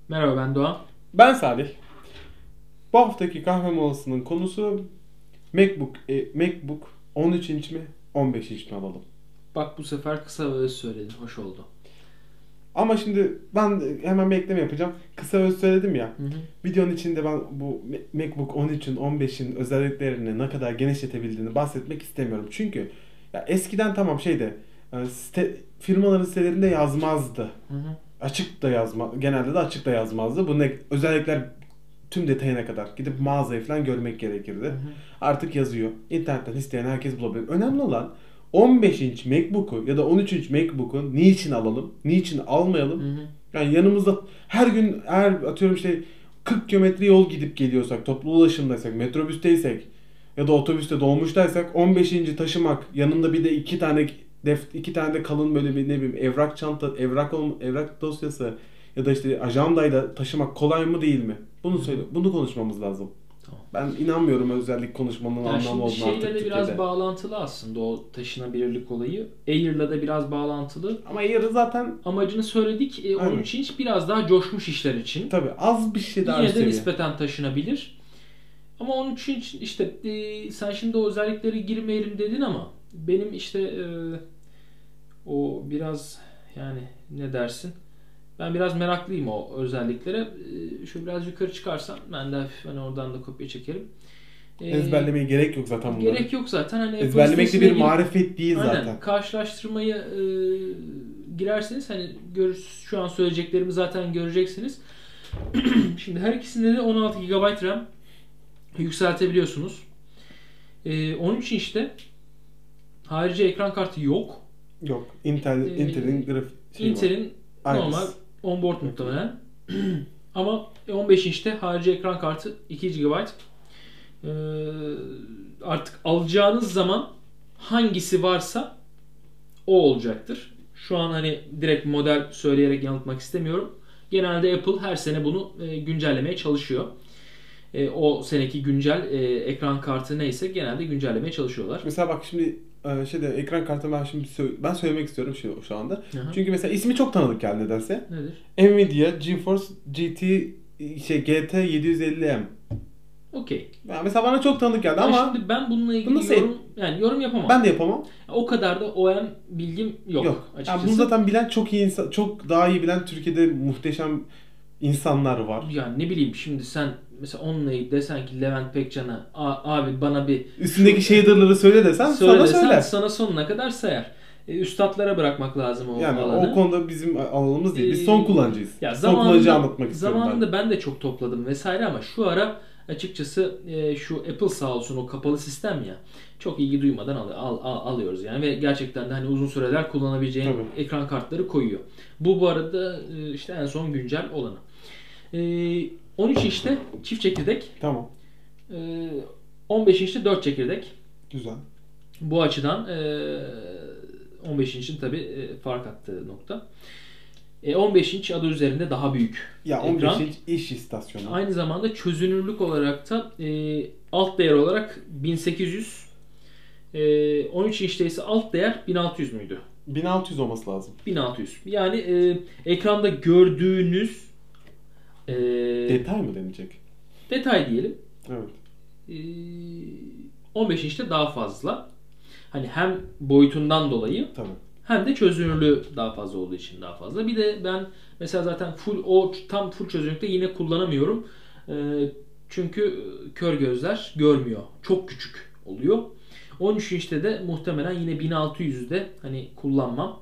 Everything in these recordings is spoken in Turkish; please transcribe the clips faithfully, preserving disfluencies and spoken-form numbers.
Merhaba, ben Doğan. Ben Salih. Bu haftaki kahve molasının konusu MacBook, e, MacBook on üç inç mi on beş inç mi alalım? Bak, bu sefer kısa ve öz söyledin. Hoş oldu. Ama şimdi ben hemen bir ekleme yapacağım. Kısa öz söyledim ya. Hı hı. Videonun içinde ben bu MacBook on üçün on beşin özelliklerini ne kadar genişletebildiğini bahsetmek istemiyorum. Çünkü ya eskiden tamam şeyde e, site, firmaların sitelerinde yazmazdı. Hı hı. Açık da yazma, genelde de açık da yazmazdı. Bu ne, özellikler tüm detayına kadar gidip mağazayı falan görmek Hı gerekirdi. hı. Artık yazıyor. İnternetten isteyen herkes bulabilir. Önemli olan on beş inç MacBook'u ya da on üç inç MacBook'u niçin alalım, niçin Hı almayalım? hı. Yani yanımızda her gün eğer atıyorum işte kırk kilometre yol gidip geliyorsak, toplu ulaşımdaysak, metrobüsteysek ya da otobüste dolmuştaysak on beş inci taşımak, yanında bir de iki tane def, iki tane de kalın böyle bir ne bileyim evrak çanta, evrak ol- evrak dosyası ya da işte ajandayla taşımak kolay mı değil mi? Bunu Hı hı. söyle, bunu konuşmamız lazım. Tamam. Ben inanmıyorum özellik konuşmanın Ya anlamı şimdi olduğunu şeyle artık de biraz Türkiye'de. bağlantılı aslında o taşınabilirlik olayı. Air'la da biraz bağlantılı. Ama yarı zaten Amacını söyledik. E, aynen. on üç inç biraz daha coşmuş işler için. Tabii az bir şey daha üst Yine de seviye. nispeten taşınabilir. Ama on üç inç işte e, sen şimdi o özelliklere girmeyelim dedin ama benim işte e, o biraz yani ne dersin? Ben biraz meraklıyım o özelliklere. Ee, Şöyle biraz yukarı çıkarsam ben de hafif hani oradan da kopya çekerim. Ee, Ezberlemeye gerek yok zaten bunları. Gerek yok zaten. Hani Apple Ezberlemek de sitesine bir girip marifet değil aynen zaten. karşılaştırmayı e, girerseniz hani gör, şu an söyleyeceklerimi zaten göreceksiniz. Şimdi her ikisinde de on altı gigabayt RAM yükseltebiliyorsunuz. Ee, on üç inçte harici ekran kartı yok. Yok. Intel, Ee, Intel'in grafik şeyi var. Intel'in normal Iris. onboard muhtemelen. Ama on beş inçte harici ekran kartı iki gigabayt. Ee, Artık alacağınız zaman hangisi varsa o olacaktır. Şu an hani direkt model söyleyerek yanıltmak istemiyorum. Genelde Apple her sene bunu e, güncellemeye çalışıyor. E, o seneki güncel e, ekran kartı neyse genelde güncellemeye çalışıyorlar. Mesela bak şimdi e, şeyde ekran kartı ben şimdi sö- ben söylemek istiyorum şu, şu anda. Aha. Çünkü mesela ismi çok tanıdık geldi nedense. Nedir? Nvidia GeForce G T şey G T yedi yüz elli M. Okey. Yani mesela bana çok tanıdık geldi Yani ama şimdi ben bununla bunu ilgili nasıl yorum yani yorum yapamam. ben de yapamam. O kadar da O M bilgim yok, Yok. Yani açıkçası. bunu zaten bilen çok iyi insan, çok daha iyi bilen Türkiye'de muhteşem insanlar var. Yani ne bileyim şimdi sen mesela onunla ilgili desen ki Levent Pekcan'a abi bana bir Üstündeki şu, shader'ları söyle desen söyle sana desen söyler. sana sonuna kadar sayar. E, üstatlara bırakmak lazım o Yani alanı. o konuda bizim alanımız değil. Biz E, son kullanıcıyız. Ya Son kullanıcıyı zamanında, anlatmak istiyorum ben. zamanında ben de çok topladım vesaire ama şu ara açıkçası e, şu Apple sağ olsun o kapalı sistem ya çok ilgi duymadan al, al, al- alıyoruz yani ve gerçekten de hani uzun süreler kullanabileceğin Tabii. ekran kartları koyuyor. Bu bu arada e, işte en son güncel olanı. E, on üç inçte çift çekirdek, Tamam. e, on beş inçte dört çekirdek. Güzel. Bu açıdan e, on beş inçin tabi e, fark attığı nokta. E, on beş inç adı üzerinde daha büyük Ya ekran. on beş inç iş istasyonu. Aynı zamanda çözünürlük olarak da e, alt değer olarak bin sekiz yüz, e, on üç inçte ise alt değer bin altı yüz müydü? bin altı yüz olması lazım. bin altı yüz. Yani e, ekranda gördüğünüz e, Detay mı denecek? detay diyelim. Evet. E, on beş inçte daha fazla. Hani hem boyutundan dolayı Tabii. hem de çözünürlüğü daha fazla olduğu için daha fazla. Bir de ben mesela zaten full o tam full çözünürlükte yine kullanamıyorum. Ee, çünkü kör gözler görmüyor. Çok küçük oluyor. on üç inçte de muhtemelen yine bin altı yüzde hani kullanmam.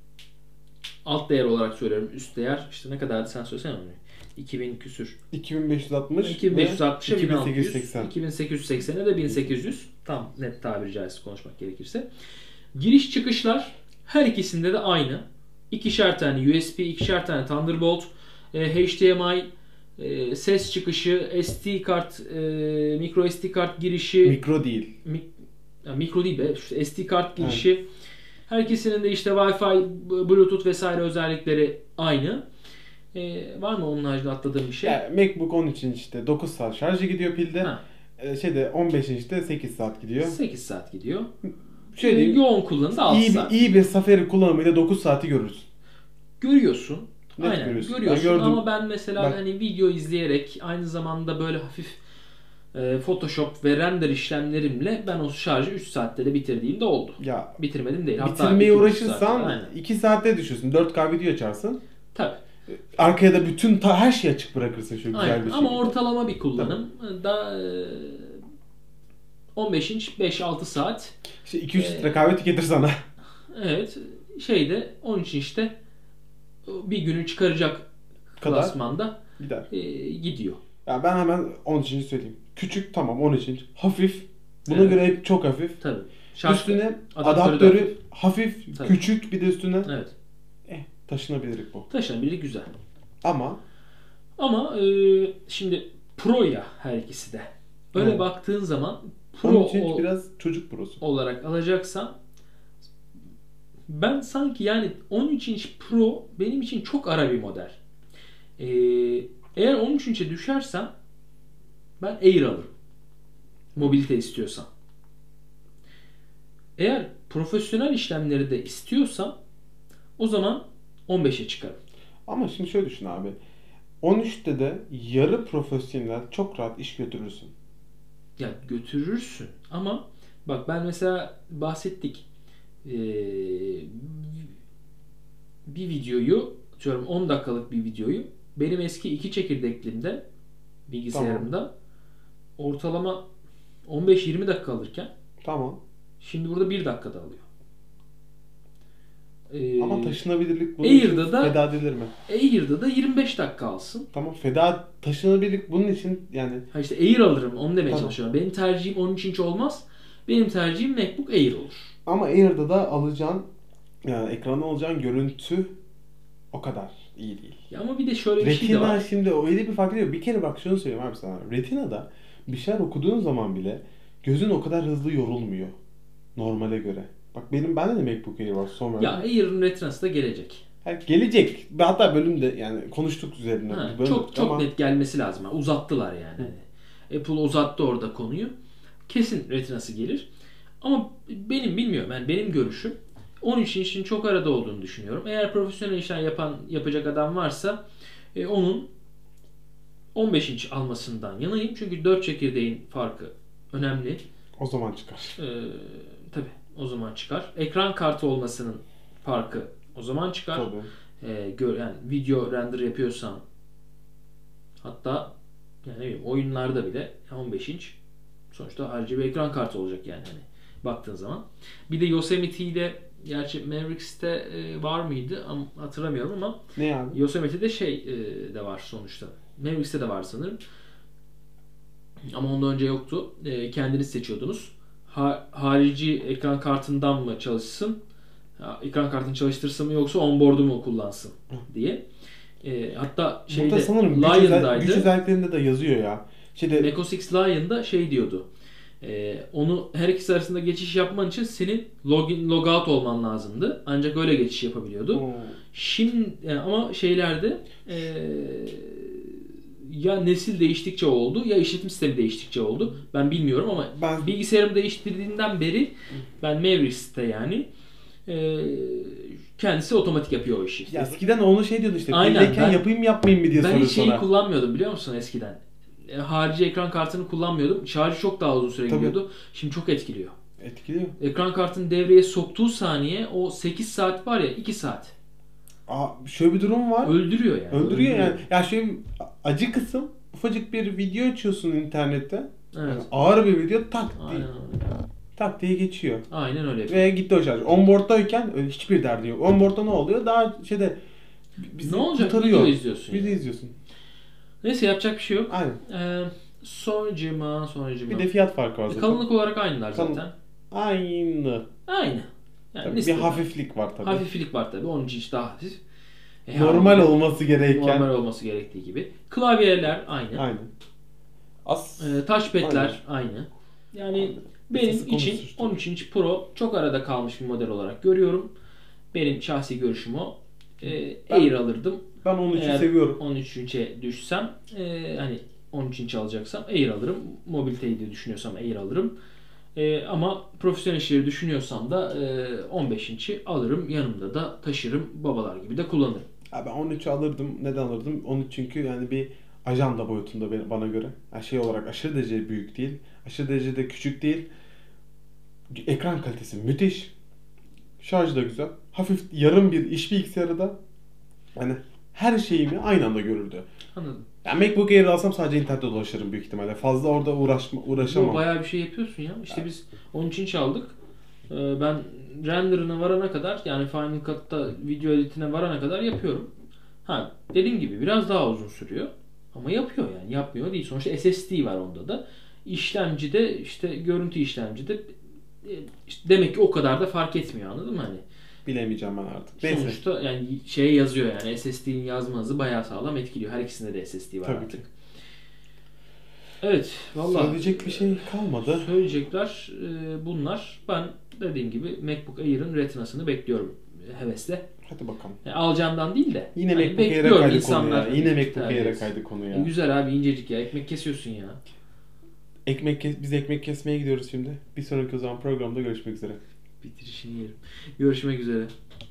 Alt değer olarak söylüyorum. Üst değer işte ne kadardı sen söylesene onu. iki bin küsür. iki bin beş yüz altmış iki bin beş yüz altmışa ve bin altı yüz. iki bin sekiz yüz seksen. iki bin sekiz yüz seksene de bin sekiz yüz. Tam net tabiri caizse konuşmak gerekirse. Giriş çıkışlar her ikisinde de aynı. İkişer tane U S B, ikişer tane Thunderbolt, e, H D M I, e, ses çıkışı, S D kart, e, micro S D kart girişi, Mikro değil. mi, ya mikro değil be, işte S D kart girişi. Evet. Her ikisinin de işte Wi-Fi, Bluetooth vesaire özellikleri aynı. E, var mı onun haricinde atladığım bir şey? Yani MacBook on üç inçte dokuz saat şarjı gidiyor pilde. Ha. Ee, şeyde on beş inçte sekiz saat gidiyor. sekiz saat gidiyor. Şöyle Yoğun kullanımda altı iyi saat. Bir, iyi bir Safari kullanımıyla dokuz saati görürüz. Görüyorsun. Net Aynen görüyorsun. görüyorsun Ben gördüm. ama ben mesela Bak. hani video izleyerek aynı zamanda böyle hafif e, Photoshop ve render işlemlerimle ben o şarjı üç saatte de bitirdiğim de oldu. Ya Bitirmedim değil. Hatta bitirmeye iki buçuk uğraşırsan saatte, aynen. iki saatte düşüyorsun. dört K video açarsın. Tabii. Arkaya da bütün ta, her şeyi açık bırakırsın şu güzel Aynen. bir şey. Ama ortalama bir kullanım da e, on beş inç beş altı saat. İşte iki üç Ee, litre kahve tüketir sana. Evet. Şeyde on üç inçte bir günü çıkaracak Kadar klasmanda gider. e, gidiyor. Ya ben hemen on üç inç söyleyeyim. Küçük tamam on üç inç. Hafif. Buna Evet. göre hep çok hafif. Tabii. Şarj Üstüne adaptörü adaptörü, de hafif, Tabii. küçük bir de üstüne evet. eh, taşınabilirlik bu. Taşınabilir güzel. Ama Ama e, şimdi Pro ya her ikisi de. Öyle Evet. baktığın zaman Pro on üç inç o- biraz çocuk prosu. olarak alacaksan ben sanki yani on üç inç Pro benim için çok ara bir model. Ee, eğer on üç inçe düşersem ben Air alırım. Mobilite istiyorsam. Eğer profesyonel işlemleri de istiyorsam o zaman on beşe çıkarım. Ama şimdi şöyle düşün abi. on üçte de yarı profesyonel çok rahat iş götürürsün. Ya götürürsün ama bak ben mesela bahsettik. Ee, bir videoyu diyorum on dakikalık bir videoyu benim eski iki çekirdeklimde bilgisayarımda ortalama on beş yirmi dakika alırken Tamam. şimdi burada bir dakikada alıyor. Ee, Ama taşınabilirlik bunun Air'da için da- feda edilir mi? Air'da da yirmi beş dakika alsın. Tamam feda taşınabilirlik bunun için yani Ha işte Air alırım onu demeye Tamam. çalışıyorum. Benim tercihim on üç inç olmaz. Benim tercihim MacBook Air olur. ama Air'da da alacağın yani ekranda alacağın görüntü o kadar iyi değil. Ya ama bir de şöyle bir şey de Retina var. şimdi öyle bir fark ediyor. Bir kere bak şunu söyleyeyim abi sana. Retina'da bir şeyler okuduğun zaman bile gözün o kadar hızlı yorulmuyor. Normale göre. Bak benim bende de MacBook Air var son Ya verdim. Air'ın retinası da gelecek. Yani gelecek. Hatta bölümde yani konuştuk üzerine. Ha, Bölüm- çok çok ama net gelmesi lazım. Ha, uzattılar yani. Apple uzattı orada konuyu. Kesin retinası gelir. Ama benim bilmiyorum. Yani benim görüşüm on üç inçin çok arada olduğunu düşünüyorum. Eğer profesyonel işler yapan yapacak adam varsa e, onun on beş inç almasından yanayım. Çünkü dört çekirdeğin farkı önemli. o zaman çıkar. Ee, tabii o zaman çıkar. Ekran kartı olmasının farkı o zaman çıkar. Tabii. Ee, gör, yani video render yapıyorsan hatta yani ne bileyim oyunlarda bile on beş inç sonuçta R G B ekran kartı olacak yani hani baktığın zaman. Bir de Yosemite ile gerçi Mavericks'te e, var mıydı ama hatırlamıyorum ama Ne abi? Yosemite'de şey e, de var sonuçta. Mavericks'te de var sanırım. Ama ondan önce yoktu. E, kendiniz seçiyordunuz. Ha, harici ekran kartından mı çalışsın? Ha, ekran kartını çalıştırsın mı yoksa onboard'u mu kullansın diye. E, hatta şeyde Burada sanırım güç, özel, Lion'daydı. güç özelliklerinde de yazıyor ya. Şeyde Mac O S X Lion'da şey diyordu. E, onu her ikisi arasında geçiş yapman için senin login logout olman lazımdı. Ancak öyle geçiş yapabiliyordu. Oo. Şimdi yani ama şeylerde e, ya nesil değiştikçe oldu ya işletim sistemi değiştikçe oldu. Ben bilmiyorum ama Ben- bilgisayarımı değiştirdiğinden beri ben Mavericks'te yani e, kendisi otomatik yapıyor o işi. Ya eskiden onu şey diyordu işte. Aynen, Pildeyken ben- yapayım yapmayayım mı diye Ben soruyor hiç şeyi sana. kullanmıyordum biliyor musun eskiden? E, harici ekran kartını kullanmıyordum. Şarjı çok daha uzun süre Tabii. gidiyordu. Şimdi çok etkiliyor. Etkiliyor. Ekran kartını devreye soktuğu saniye o sekiz saat var ya iki saat. Aa, şöyle bir durum var. Öldürüyor yani. Öldürüyor yani. Ya şöyle bir acı kısım ufacık bir video açıyorsun internette. Evet. Yani ağır bir video tak diye, Aynen öyle. tak diye geçiyor. Aynen öyle yapıyor. Ve gitti o şarj. Onboard'dayken öyle hiçbir derdi yok. Onboard'da ne oluyor? Daha şeyde bizi Ne olacak? kurtarıyor. Video izliyorsun Video yani. izliyorsun. Neyse yapacak bir şey yok. Aynen. Ee, sonucuma sonucuma. Bir de fiyat farkı var zaten. Kalınlık olarak aynılar Kalın- zaten. Aynı. Aynı. Yani Tabii bir nispeten. hafiflik var tabii. Hafiflik var tabii. on üç inç daha hafif. E, Normal haliyle olması gereken. normal olması gerektiği gibi. Klavyeler aynı. Aynı. As. Ee, touchpad'ler aynı. Yani Aynı. benim Kısası için konuşmuştuk. on üç inç Pro çok arada kalmış bir model olarak görüyorum. Benim şahsi görüşüm o. Ee, Ben- Air alırdım. Ben on üçü Eğer seviyorum. on üç inçe düşsem e, hani on üç inç alacaksam Air alırım. Mobiliteyi de düşünüyorsam Air alırım. E, ama profesyonel işleri düşünüyorsam da e, on beş inçi alırım. Yanımda da taşırım. Babalar gibi de kullanırım. Ha, ben on üçü alırdım. Neden alırdım? on üç çünkü yani bir ajanda boyutunda be- bana göre. Yani şey olarak aşırı derece büyük değil. Aşırı derecede küçük değil. Ekran kalitesi müthiş. Şarjı da güzel. Hafif yarım bir iş bilgisayarı da yani her şeyimi aynı anda görürdü. Anladım. Yani MacBook Air alsam sadece internette dolaşırım büyük ihtimalle. Fazla orada uğraşma, Yo, uğraşamam. bayağı bir şey yapıyorsun ya. İşte biz on üç inç aldık. Ee, Ben render'ına varana kadar, yani Final Cut'ta video editine varana kadar yapıyorum. Ha, dediğim gibi biraz daha uzun sürüyor. Ama yapıyor yani. Yapmıyor değil. Sonuçta S S D var onda da. İşlemcide, işte görüntü işlemcide e, işte demek ki o kadar da fark etmiyor, anladın mı hani? Bilemeyeceğim ben artık. Neyse. Sonuçta yani şeye yazıyor, yani S S D'nin yazma hızı bayağı sağlam etkiliyor. Her ikisinde de S S D var Tabii artık. ki. Evet, vallahi Söyleyecek bir şey kalmadı. söyleyecekler e, bunlar. Ben dediğim gibi MacBook Air'ın Retina'sını bekliyorum hevesle. Hadi bakalım. Yani alacağımdan değil de. Yine hani MacBook Air'e bekliyorum kaydı konu insanlar. ya. Yine MacBook tercih Air'e etsin. kaydı konu ya. E, güzel abi, incecik ya. Ekmek kesiyorsun ya. Ekmek kes biz ekmek kesmeye gidiyoruz şimdi. Bir sonraki o zaman programda görüşmek üzere. Bitirişini yerim. Görüşmek üzere.